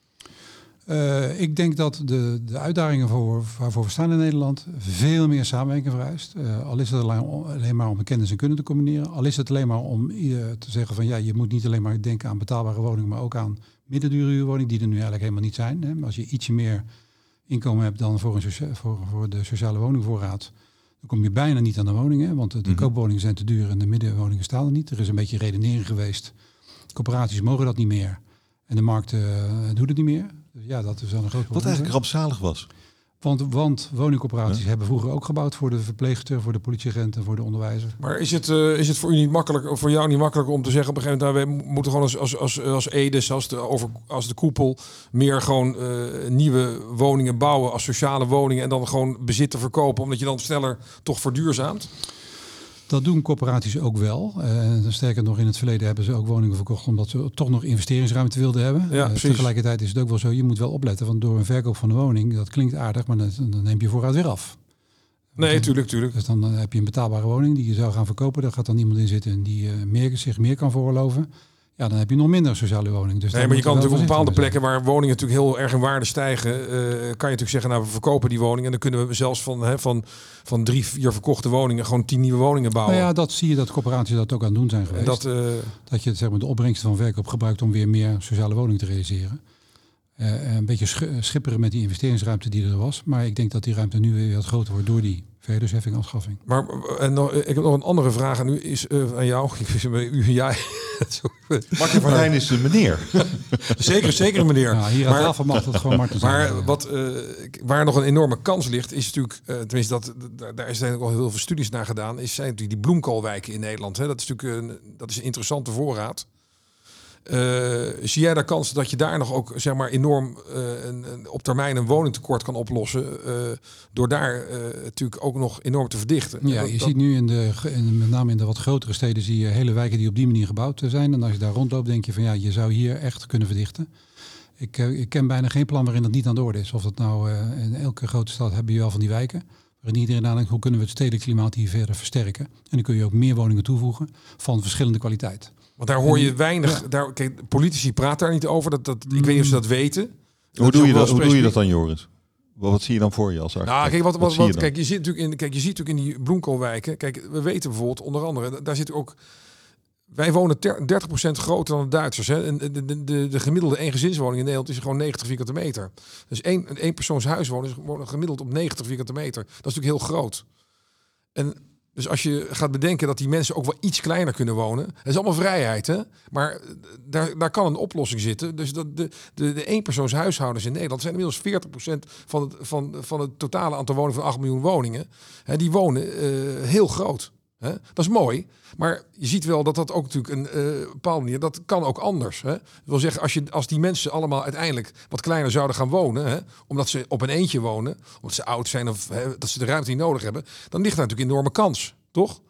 Ik denk dat de uitdagingen waarvoor we staan in Nederland veel meer samenwerking vereist. Al is het alleen maar om kennis en kunnen te combineren. Al is het alleen maar om te zeggen van ja, je moet niet alleen maar denken aan betaalbare woningen, maar ook aan middendure huurwoningen die er nu eigenlijk helemaal niet zijn. Hè. Als je ietsje meer inkomen hebt dan voor de sociale woningvoorraad, dan kom je bijna niet aan de woningen. Want de koopwoningen zijn te duur en de middenwoningen staan er niet. Er is een beetje redenering geweest. Corporaties mogen dat niet meer. En de markt doet het niet meer. Dus ja, dat is dan een groot probleem. Wat eigenlijk rampzalig was. Want woningcorporaties hebben vroeger ook gebouwd voor de verpleegster, voor de politieagent en voor de onderwijzer. Maar is het voor u niet makkelijk, of voor jou niet makkelijk om te zeggen op een gegeven moment, nou, we moeten gewoon als Edes, als de koepel, meer gewoon nieuwe woningen bouwen als sociale woningen en dan gewoon bezit te verkopen, omdat je dan sneller toch verduurzaamt? Dat doen corporaties ook wel. Sterker nog, in het verleden hebben ze ook woningen verkocht omdat ze toch nog investeringsruimte wilden hebben. Ja, tegelijkertijd is het ook wel zo, je moet wel opletten. Want door een verkoop van een woning, dat klinkt aardig, maar dan neem je voorraad weer af. Nee, tuurlijk. Dus dan heb je een betaalbare woning die je zou gaan verkopen. Daar gaat dan iemand in zitten die zich meer kan veroorloven. Ja, dan heb je nog minder sociale woning. Dus nee, maar je kan natuurlijk op bepaalde plekken waar woningen natuurlijk heel erg in waarde stijgen, kan je natuurlijk zeggen, nou, we verkopen die woningen en dan kunnen we zelfs van 3-4 verkochte woningen gewoon 10 nieuwe woningen bouwen. Nou ja, dat zie je dat corporaties dat ook aan het doen zijn geweest. Dat je zeg maar, de opbrengsten van verkoop gebruikt om weer meer sociale woningen te realiseren. Een beetje schipperen met die investeringsruimte die er was. Maar ik denk dat die ruimte nu weer wat groter wordt door die verhuurdersheffing afschaffing. Maar ik heb nog een andere vraag en u is aan jou. Jij. Martin van Rijn is een meneer. zeker een meneer. Nou, hier aan tafel mag dat gewoon Martin zijn. Maar waar nog een enorme kans ligt, is natuurlijk, tenminste daar zijn ook al heel veel studies naar gedaan, zijn natuurlijk die bloemkoolwijken in Nederland. Hè? Dat is natuurlijk een interessante voorraad. Zie jij daar kansen dat je daar nog ook zeg maar enorm op termijn een woningtekort kan oplossen door daar natuurlijk ook nog enorm te verdichten? Ja, je ziet nu met name in de wat grotere steden zie je hele wijken die op die manier gebouwd zijn. En als je daar rondloopt denk je van ja, je zou hier echt kunnen verdichten. Ik ken bijna geen plan waarin dat niet aan de orde is. Of dat nou in elke grote stad heb je wel van die wijken. Waarin iedereen nadenkt hoe kunnen we het stedelijk klimaat hier verder versterken. En dan kun je ook meer woningen toevoegen van verschillende kwaliteit. Want daar hoor je weinig. Ja. Kijk, politici praten daar niet over. Ik weet niet of ze dat weten. Hoe doe je dat dan, Joris? Wat zie je dan voor je als architect? Nou, kijk, je ziet natuurlijk in die bloemkoolwijken. Kijk, we weten bijvoorbeeld onder andere, daar zit ook. Wij wonen 30% groter dan de Duitsers. Hè? En de gemiddelde eengezinswoning in Nederland is gewoon 90 vierkante meter. Dus één persoons huiswoning is gemiddeld op 90 vierkante meter. Dat is natuurlijk heel groot. En dus als je gaat bedenken dat die mensen ook wel iets kleiner kunnen wonen. Het is allemaal vrijheid, hè? Maar daar kan een oplossing zitten. Dus dat de eenpersoons huishoudens in Nederland zijn inmiddels 40% van het totale aantal woningen van 8 miljoen woningen. Hè, die wonen heel groot. Hè? Dat is mooi. Maar je ziet wel dat ook natuurlijk een bepaalde manier, dat kan ook anders. Hè? Dat wil zeggen, als die mensen allemaal uiteindelijk wat kleiner zouden gaan wonen, hè, omdat ze op een eentje wonen, omdat ze oud zijn of dat ze de ruimte niet nodig hebben, dan ligt daar natuurlijk een enorme kans, toch?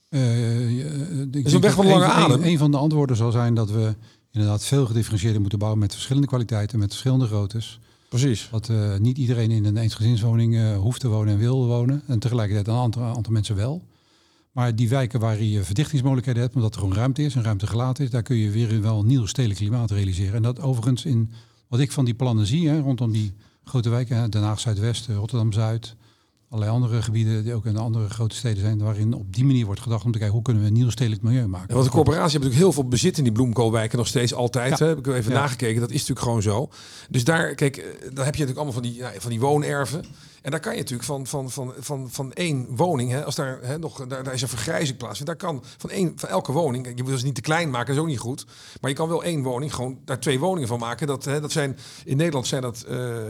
Is een weg van lange adem. Een van de antwoorden zal zijn dat we inderdaad veel gedifferentieerder moeten bouwen met verschillende kwaliteiten, met verschillende groottes. Precies. Dat niet iedereen in een eensgezinswoning hoeft te wonen en wil wonen. En tegelijkertijd een aantal mensen wel. Maar die wijken waar je verdichtingsmogelijkheden hebt, omdat er gewoon ruimte is en ruimte gelaten is, daar kun je weer wel een nieuw stedelijk klimaat realiseren. En dat overigens in wat ik van die plannen zie, hè, rondom die grote wijken, hè, Den Haag Zuidwest, Rotterdam-Zuid, allerlei andere gebieden die ook in andere grote steden zijn, waarin op die manier wordt gedacht om te kijken hoe kunnen we een nieuw stedelijk milieu maken. Ja, want de corporatie heeft natuurlijk heel veel bezit in die bloemkoolwijken nog steeds altijd. Ja. Hè? Heb ik even nagekeken, dat is natuurlijk gewoon zo. Dus daar, kijk, dan heb je natuurlijk allemaal van die woonerven. En daar kan je natuurlijk van één woning, hè, als daar daar is een vergrijzing plaatsvindt, daar kan van elke woning, je wil ze niet te klein maken, dat is ook niet goed. Maar je kan wel één woning, gewoon daar 2 woningen van maken. Dat zijn in Nederland zijn dat.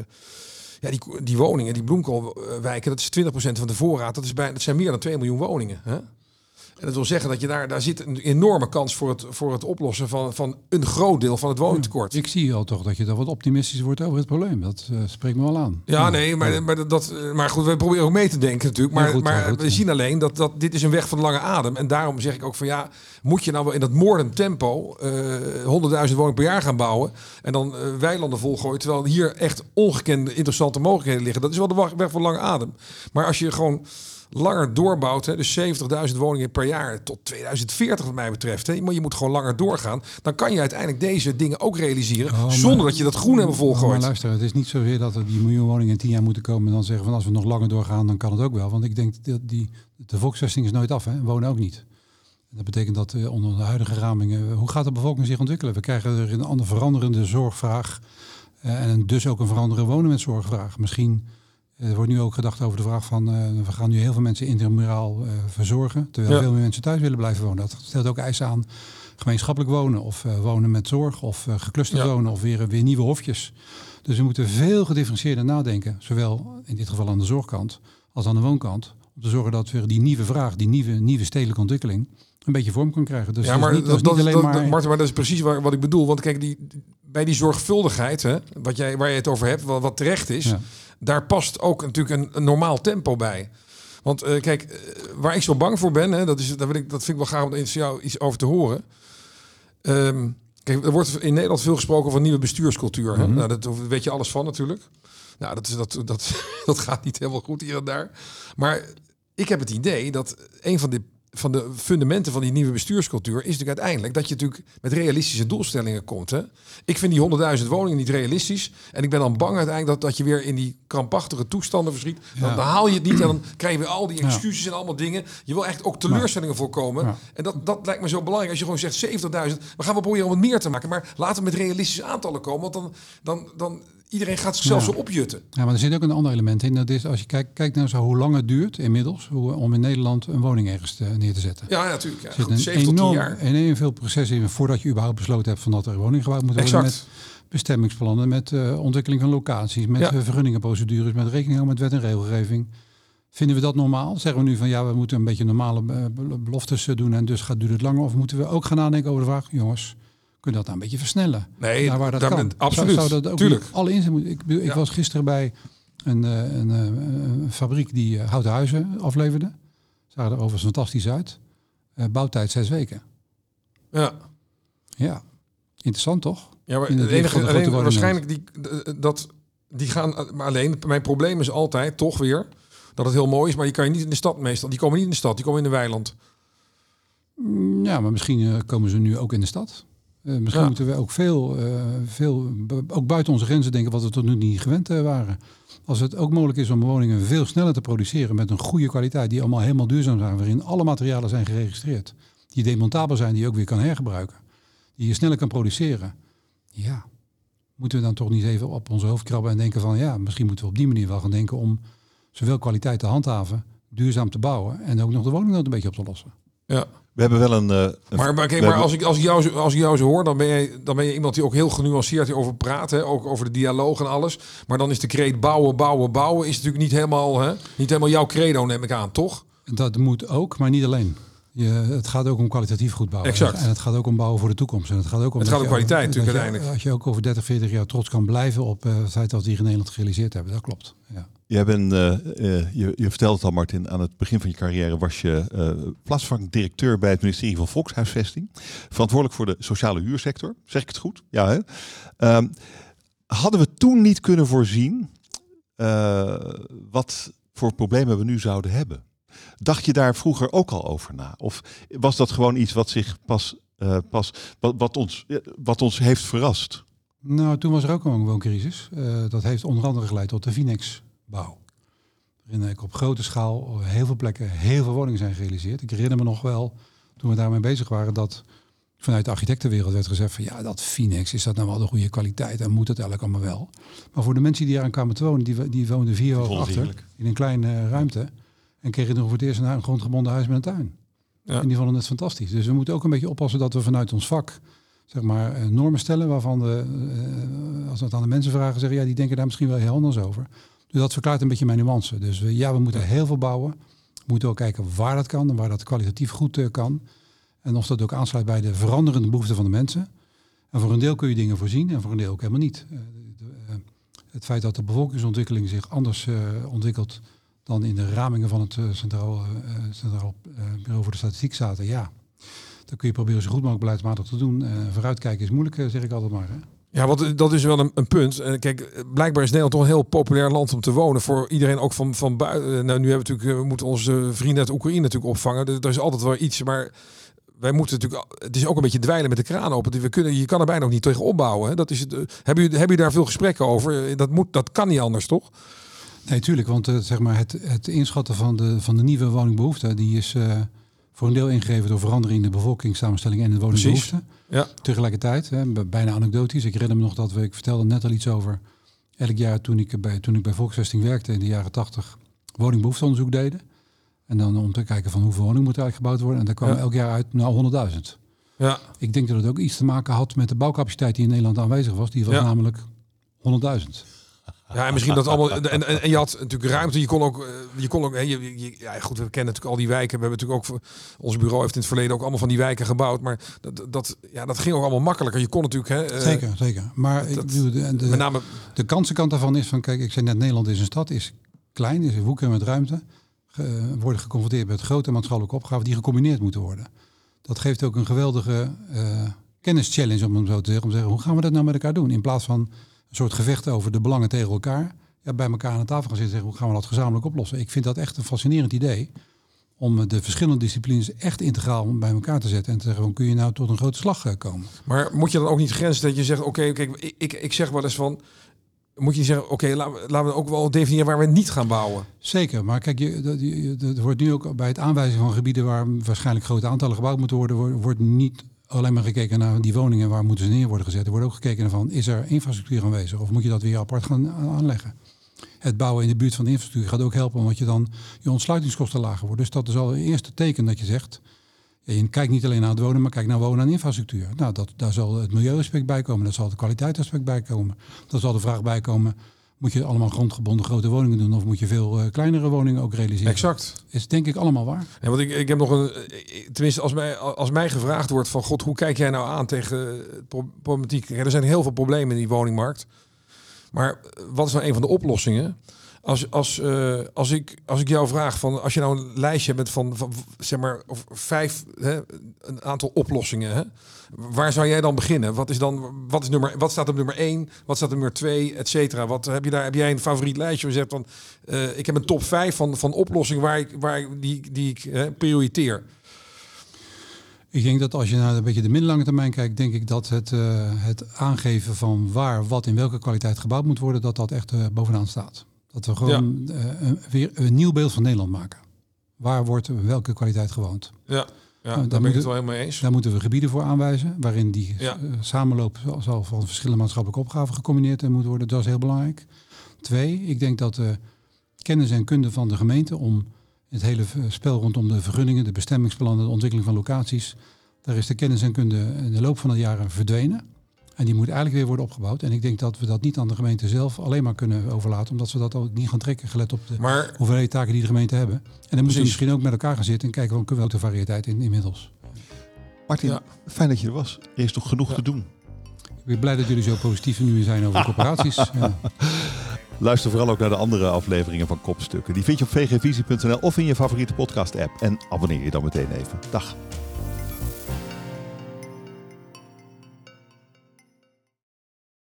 Die woningen, die bloemkoolwijken, dat is 20% van de voorraad. Dat zijn meer dan 2 miljoen woningen. Hè? En dat wil zeggen dat je daar zit een enorme kans voor het oplossen van een groot deel van het woningtekort. Ik zie al toch dat je dan wat optimistisch wordt over het probleem. Dat spreekt me wel aan. Ja, nee, maar goed, we proberen ook mee te denken natuurlijk. Maar we zien alleen dat dit is een weg van lange adem. En daarom zeg ik ook van moet je nou wel in dat moordend tempo 100.000 woningen per jaar gaan bouwen en dan weilanden volgooien, terwijl hier echt ongekende interessante mogelijkheden liggen. Dat is wel de weg van lange adem. Maar als je gewoon langer doorbouwt, hè, dus 70.000 woningen per jaar tot 2040 wat mij betreft. Hè, maar je moet gewoon langer doorgaan. Dan kan je uiteindelijk deze dingen ook realiseren zonder dat je dat groen hebben volgooid. Maar luister, het is niet zozeer dat er die miljoen woningen in 10 jaar moeten komen en dan zeggen van als we nog langer doorgaan, dan kan het ook wel. Want ik denk dat de volksvesting is nooit af, hè, wonen ook niet. En dat betekent dat onder de huidige ramingen, hoe gaat de bevolking zich ontwikkelen? We krijgen er een veranderende zorgvraag en dus ook een veranderende wonen met zorgvraag. Misschien. Er wordt nu ook gedacht over de vraag van we gaan nu heel veel mensen intramuraal verzorgen, terwijl veel meer mensen thuis willen blijven wonen. Dat stelt ook eisen aan gemeenschappelijk wonen of wonen met zorg of geclusterd wonen of weer nieuwe hofjes. Dus we moeten veel gedifferentieerder nadenken, zowel in dit geval aan de zorgkant als aan de woonkant, om te zorgen dat we die nieuwe vraag, die nieuwe stedelijke ontwikkeling een beetje vorm kan krijgen. Dus maar Marten, maar dat is precies wat ik bedoel. Want kijk, bij die zorgvuldigheid, hè, waar je het over hebt, wat terecht is, daar past ook natuurlijk een normaal tempo bij. Want kijk, waar ik zo bang voor ben, hè, dat vind ik wel gaaf om jou iets over te horen. Kijk, er wordt in Nederland veel gesproken over een nieuwe bestuurscultuur. Hè? Nou, daar weet je alles van natuurlijk. Nou, dat gaat niet helemaal goed hier en daar. Maar ik heb het idee dat een van de fundamenten van die nieuwe bestuurscultuur is natuurlijk uiteindelijk dat je natuurlijk met realistische doelstellingen komt. Hè? Ik vind die 100.000 woningen niet realistisch. En ik ben dan bang uiteindelijk dat je weer in die krampachtige toestanden verschiet. Dan haal je het niet en dan krijg je weer al die excuses en allemaal dingen. Je wil echt ook teleurstellingen voorkomen. Ja. En dat lijkt me zo belangrijk. Als je gewoon zegt 70.000, we gaan wel proberen om het meer te maken. Maar laten we met realistische aantallen komen. Want dan iedereen gaat zichzelf zo opjutten. Ja, maar er zit ook een ander element in. Dat is als je kijkt naar hoe lang het duurt inmiddels om in Nederland een woning ergens neer te zetten. Ja, natuurlijk. Ja. Er zit 7 tot 10 jaar. Enorm veel processen in voordat je überhaupt besloten hebt van dat er woning gebouwd moet worden. Met bestemmingsplannen, met ontwikkeling van locaties, met vergunningenprocedures, met rekening houden met wet en regelgeving. Vinden we dat normaal? Zeggen we nu van we moeten een beetje normale beloftes doen en dus duurt het langer? Of moeten we ook gaan nadenken over de vraag, jongens, kun je dat nou een beetje versnellen? Nee, waar dat kan. Absoluut. Zou dat ook tuurlijk. Alle inzet. Ik was gisteren bij een fabriek die houten huizen afleverde. Zagen er overigens fantastisch uit. Bouwtijd 6 weken. Ja, interessant toch? Ja, maar het enige waarschijnlijk die gaan. Maar alleen, mijn probleem is altijd toch weer dat het heel mooi is, maar die kan je niet in de stad meestal. Die komen niet in de stad, die komen in de weiland. Ja, maar misschien komen ze nu ook in de stad. Misschien moeten we ook veel, ook buiten onze grenzen denken wat we tot nu niet gewend waren. Als het ook mogelijk is om woningen veel sneller te produceren met een goede kwaliteit, die allemaal helemaal duurzaam zijn, waarin alle materialen zijn geregistreerd, die demontabel zijn, die je ook weer kan hergebruiken, die je sneller kan produceren. Ja, moeten we dan toch niet even op onze hoofd krabben en denken van misschien moeten we op die manier wel gaan denken om zowel kwaliteit te handhaven, duurzaam te bouwen en ook nog de woningnood een beetje op te lossen. Ja. We hebben wel Maar als ik jou zo hoor, dan ben je iemand die ook heel genuanceerd hierover praat. Hè? Ook over de dialoog en alles. Maar dan is de kreet bouwen is natuurlijk niet helemaal jouw credo, neem ik aan, toch? Dat moet ook, maar niet alleen. Het gaat ook om kwalitatief goed bouwen. Exact. En het gaat ook om bouwen voor de toekomst. En het gaat ook om kwaliteit natuurlijk uiteindelijk. Als je ook over 30, 40 jaar trots kan blijven op het feit dat we hier in Nederland gerealiseerd hebben. Dat klopt. Ja. Jij bent, je vertelde het al, Martin, aan het begin van je carrière was je plaatsvervangend directeur bij het ministerie van Volkshuisvesting. Verantwoordelijk voor de sociale huursector. Zeg ik het goed? Ja, hè? Hadden we toen niet kunnen voorzien wat voor problemen we nu zouden hebben? Dacht je daar vroeger ook al over na? Of was dat gewoon iets wat zich wat ons heeft verrast? Nou, toen was er ook al een wooncrisis. Dat heeft onder andere geleid tot de Vinex-bouw. Waarin op grote schaal op heel veel plekken heel veel woningen zijn gerealiseerd. Ik herinner me nog wel, toen we daarmee bezig waren, dat vanuit de architectenwereld werd gezegd van ja, dat Vinex, is dat nou wel de goede kwaliteit en moet het eigenlijk allemaal wel? Maar voor de mensen die eraan kwamen te wonen, die woonden 4 hoog achter in een kleine ruimte en kregen nog voor het eerst een grondgebonden huis met een tuin. Ja. En die vonden het fantastisch. Dus we moeten ook een beetje oppassen dat we vanuit ons vak zeg maar normen stellen waarvan we, als we het aan de mensen vragen, zeggen ja, die denken daar misschien wel heel anders over. Dus dat verklaart een beetje mijn nuance. Dus we moeten heel veel bouwen. We moeten ook kijken waar dat kan en waar dat kwalitatief goed kan. En of dat ook aansluit bij de veranderende behoeften van de mensen. En voor een deel kun je dingen voorzien en voor een deel ook helemaal niet. Het feit dat de bevolkingsontwikkeling zich anders ontwikkelt dan in de ramingen van het Centraal Bureau voor de Statistiek zaten. Ja, dan kun je proberen zo goed mogelijk beleidsmatig te doen. Vooruitkijken is moeilijk, zeg ik altijd maar. Hè. Ja, want dat is wel een punt. Kijk, blijkbaar is Nederland toch een heel populair land om te wonen. Voor iedereen ook van buiten. Nou, nu hebben we moeten onze vrienden uit Oekraïne natuurlijk opvangen. Er is altijd wel iets, maar wij moeten natuurlijk. Het is ook een beetje dweilen met de kraan open. Je kan er bijna ook niet tegen opbouwen. Hè? Dat is het. Heb je daar veel gesprekken over? Dat kan niet anders, toch? Nee, tuurlijk. Want zeg maar het inschatten van de nieuwe woningbehoefte, die is voor een deel ingegeven door verandering in de bevolkingssamenstelling en de woningbehoefte. Ja. Tegelijkertijd, bijna anekdotisch. Ik herinner me nog dat ik vertelde net al iets over. Elk jaar toen ik bij Volksvesting werkte in de jaren 80 woningbehoefteonderzoek deden. En dan om te kijken van hoeveel woningen moet er eigenlijk gebouwd worden. En daar kwam elk jaar uit 100.000. Ja. Ik denk dat het ook iets te maken had met de bouwcapaciteit die in Nederland aanwezig was. Die was namelijk 100.000. Ja, en misschien dat allemaal. En je had natuurlijk ruimte. Je kon ook. Ja, goed, we kennen natuurlijk al die wijken. We hebben natuurlijk ook. Ons bureau heeft in het verleden ook allemaal van die wijken gebouwd. Maar dat ging ook allemaal makkelijker. Je kon natuurlijk. Zeker. Maar met name de kansenkant daarvan is van. Kijk, ik zei net, Nederland is een stad, is klein, is een woeker met ruimte. Worden geconfronteerd met grote maatschappelijke opgaven die gecombineerd moeten worden. Dat geeft ook een geweldige kennischallenge, om het zo te zeggen. Om te zeggen, hoe gaan we dat nou met elkaar doen? In plaats van een soort gevecht over de belangen tegen elkaar. Ja, bij elkaar aan de tafel gaan zitten en zeggen, hoe gaan we dat gezamenlijk oplossen? Ik vind dat echt een fascinerend idee. Om de verschillende disciplines echt integraal bij elkaar te zetten. En te zeggen, hoe kun je nou tot een grote slag komen? Maar moet je dan ook niet grenzen dat je zegt, oké, kijk, ik zeg wel eens van. Moet je zeggen, oké, laten we ook wel definiëren waar we niet gaan bouwen. Zeker, maar kijk, er wordt nu ook bij het aanwijzen van gebieden waar waarschijnlijk grote aantallen gebouwd moeten worden, wordt niet alleen maar gekeken naar die woningen, waar moeten ze neer worden gezet. Er wordt ook gekeken naar van, is er infrastructuur aanwezig of moet je dat weer apart gaan aanleggen? Het bouwen in de buurt van de infrastructuur gaat ook helpen, omdat je dan je ontsluitingskosten lager wordt. Dus dat is al het eerste teken dat je zegt, je kijkt niet alleen naar het wonen, maar kijk naar wonen en infrastructuur. Nou, daar zal het milieuaspect bij komen, daar zal het kwaliteitsaspect bij komen. Daar zal de vraag bij komen, moet je allemaal grondgebonden grote woningen doen of moet je veel kleinere woningen ook realiseren? Exact. Is denk ik allemaal waar. Ja, want ik heb nog tenminste als mij gevraagd wordt van God, hoe kijk jij nou aan tegen problematiek? Ja, er zijn heel veel problemen in die woningmarkt. Maar wat is nou een van de oplossingen? Als ik jou vraag van, als je nou een lijstje hebt van zeg maar of 5 een aantal oplossingen, waar zou jij dan beginnen? Wat staat op nummer 1? Wat staat op nummer 2, et cetera? Heb jij een favoriet lijstje? Je zegt dan, ik heb een top 5 van oplossingen die ik prioriteer. Ik denk dat als je naar een beetje de middellange termijn kijkt, denk ik dat het aangeven van waar wat in welke kwaliteit gebouwd moet worden, dat echt bovenaan staat. Dat we gewoon weer een nieuw beeld van Nederland maken. Waar wordt welke kwaliteit gewoond? Ja, daar ben ik het wel helemaal eens. Daar moeten we gebieden voor aanwijzen, waarin die samenloop zal van verschillende maatschappelijke opgaven gecombineerd moet worden. Dat is heel belangrijk. 2, ik denk dat de kennis en kunde van de gemeente om het hele spel rondom de vergunningen, de bestemmingsplannen, de ontwikkeling van locaties, daar is de kennis en kunde in de loop van de jaren verdwenen. En die moet eigenlijk weer worden opgebouwd. En ik denk dat we dat niet aan de gemeente zelf alleen maar kunnen overlaten, omdat ze dat ook niet gaan trekken, gelet op de hoeveelheid taken die de gemeente hebben. En dan moeten we misschien ook met elkaar gaan zitten en kijken van welke variëteit inmiddels. Martin, fijn dat je er was. Er is toch genoeg te doen. Ik ben blij dat jullie zo positief nu zijn over corporaties. Ja. Luister vooral ook naar de andere afleveringen van Kopstukken. Die vind je op vgvisie.nl of in je favoriete podcast app. En abonneer je dan meteen even. Dag.